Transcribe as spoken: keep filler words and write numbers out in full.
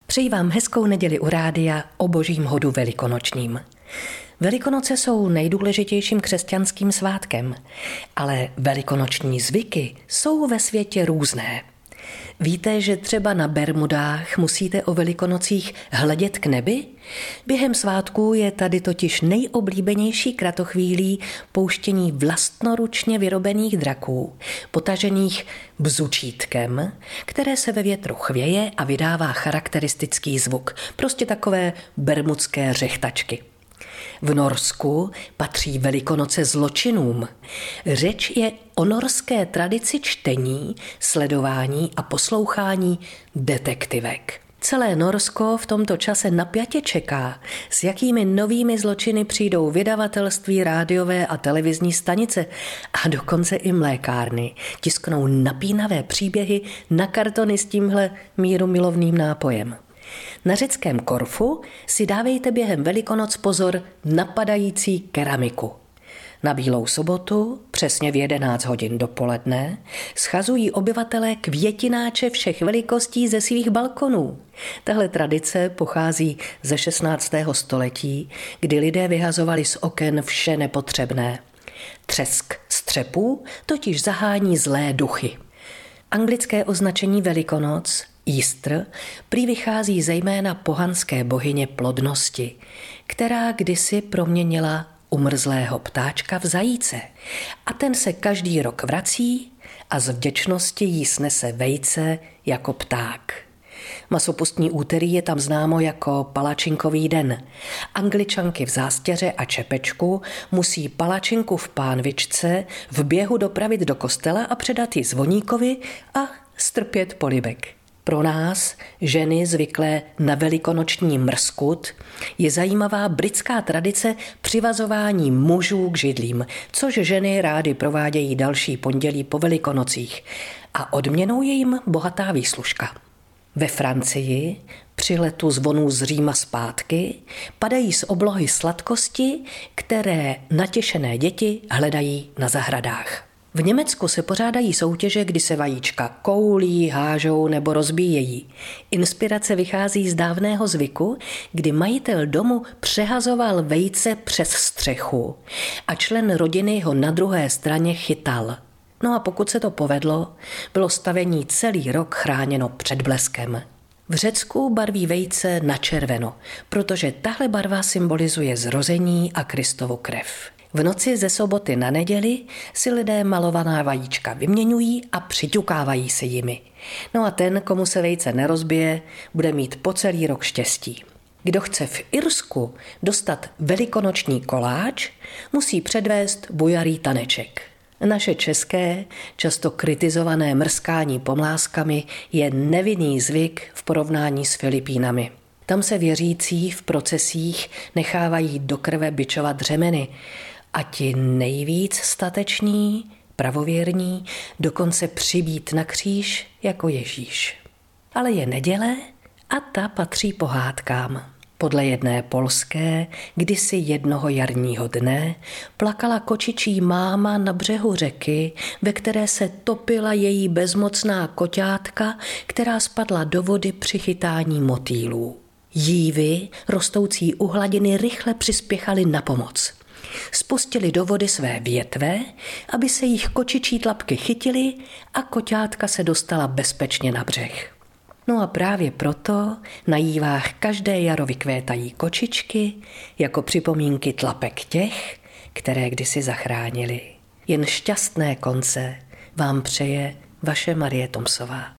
Přeji vám hezkou neděli u rádia o božím hodu velikonočním. Velikonoce jsou nejdůležitějším křesťanským svátkem, ale velikonoční zvyky jsou ve světě různé. Víte, že třeba na Bermudách musíte o Velikonocích hledět k nebi? Během svátků je tady totiž nejoblíbenější kratochvílí pouštění vlastnoručně vyrobených draků, potažených bzučítkem, které se ve větru chvěje a vydává charakteristický zvuk, prostě takové bermudské řechtačky. V Norsku patří Velikonoce zločinům. Řeč je o norské tradici čtení, sledování a poslouchání detektivek. Celé Norsko v tomto čase napjatě čeká, s jakými novými zločiny přijdou vydavatelství, rádiové a televizní stanice a dokonce i mlékárny. Tisknou napínavé příběhy na kartony s tímhle mírumilovným nápojem. Na řeckém Korfu si dávejte během Velikonoc pozor na padající keramiku. Na Bílou sobotu, přesně v jedenáct hodin dopoledne, schazují obyvatelé květináče všech velikostí ze svých balkonů. Tahle tradice pochází ze šestnáctého století, kdy lidé vyhazovali z oken vše nepotřebné. Třesk střepů totiž zahání zlé duchy. Anglické označení Velikonoc Easter prý vychází zejména pohanské bohyně plodnosti, která kdysi proměnila umrzlého ptáčka v zajíce a ten se každý rok vrací a z vděčnosti jí snese vejce jako pták. Masopustní úterý je tam známo jako palačinkový den. Angličanky v zástěře a čepečku musí palačinku v pánvičce v běhu dopravit do kostela a předat ji zvoníkovi a strpět polibek. Pro nás, ženy zvyklé na velikonoční mrskut, je zajímavá britská tradice přivazování mužů k židlím, což ženy rády provádějí další pondělí po Velikonocích a odměnou je jim bohatá výslužka. Ve Francii při letu zvonů z Říma zpátky padají z oblohy sladkosti, které natěšené děti hledají na zahradách. V Německu se pořádají soutěže, kdy se vajíčka koulí, hážou nebo rozbíjejí. Inspirace vychází z dávného zvyku, kdy majitel domu přehazoval vejce přes střechu a člen rodiny ho na druhé straně chytal. No a pokud se to povedlo, bylo stavení celý rok chráněno před bleskem. V Řecku barví vejce na červeno, protože tahle barva symbolizuje zrození a Kristovu krev. V noci ze soboty na neděli si lidé malovaná vajíčka vyměňují a přiťukávají se jimi. No a ten, komu se vejce nerozbije, bude mít po celý rok štěstí. Kdo chce v Irsku dostat velikonoční koláč, musí předvést bujarý taneček. Naše české, často kritizované mrskání pomlázkami je nevinný zvyk v porovnání s Filipínami. Tam se věřící v procesích nechávají do krve bičovat dřemeny a ti nejvíc stateční, pravověrní, dokonce přibít na kříž jako Ježíš. Ale je neděle a ta patří pohádkám. Podle jedné polské, kdysi jednoho jarního dne, plakala kočičí máma na břehu řeky, ve které se topila její bezmocná koťátka, která spadla do vody při chytání motýlů. Jívy, rostoucí u hladiny, rychle přispěchaly na pomoc. Spustili do vody své větve, aby se jich kočičí tlapky chytily a koťátka se dostala bezpečně na břeh. No a právě proto na jívách každé jaro vykvétají kočičky jako připomínky tlapek těch, které kdysi zachránili. Jen šťastné konce vám přeje vaše Marie Tomsová.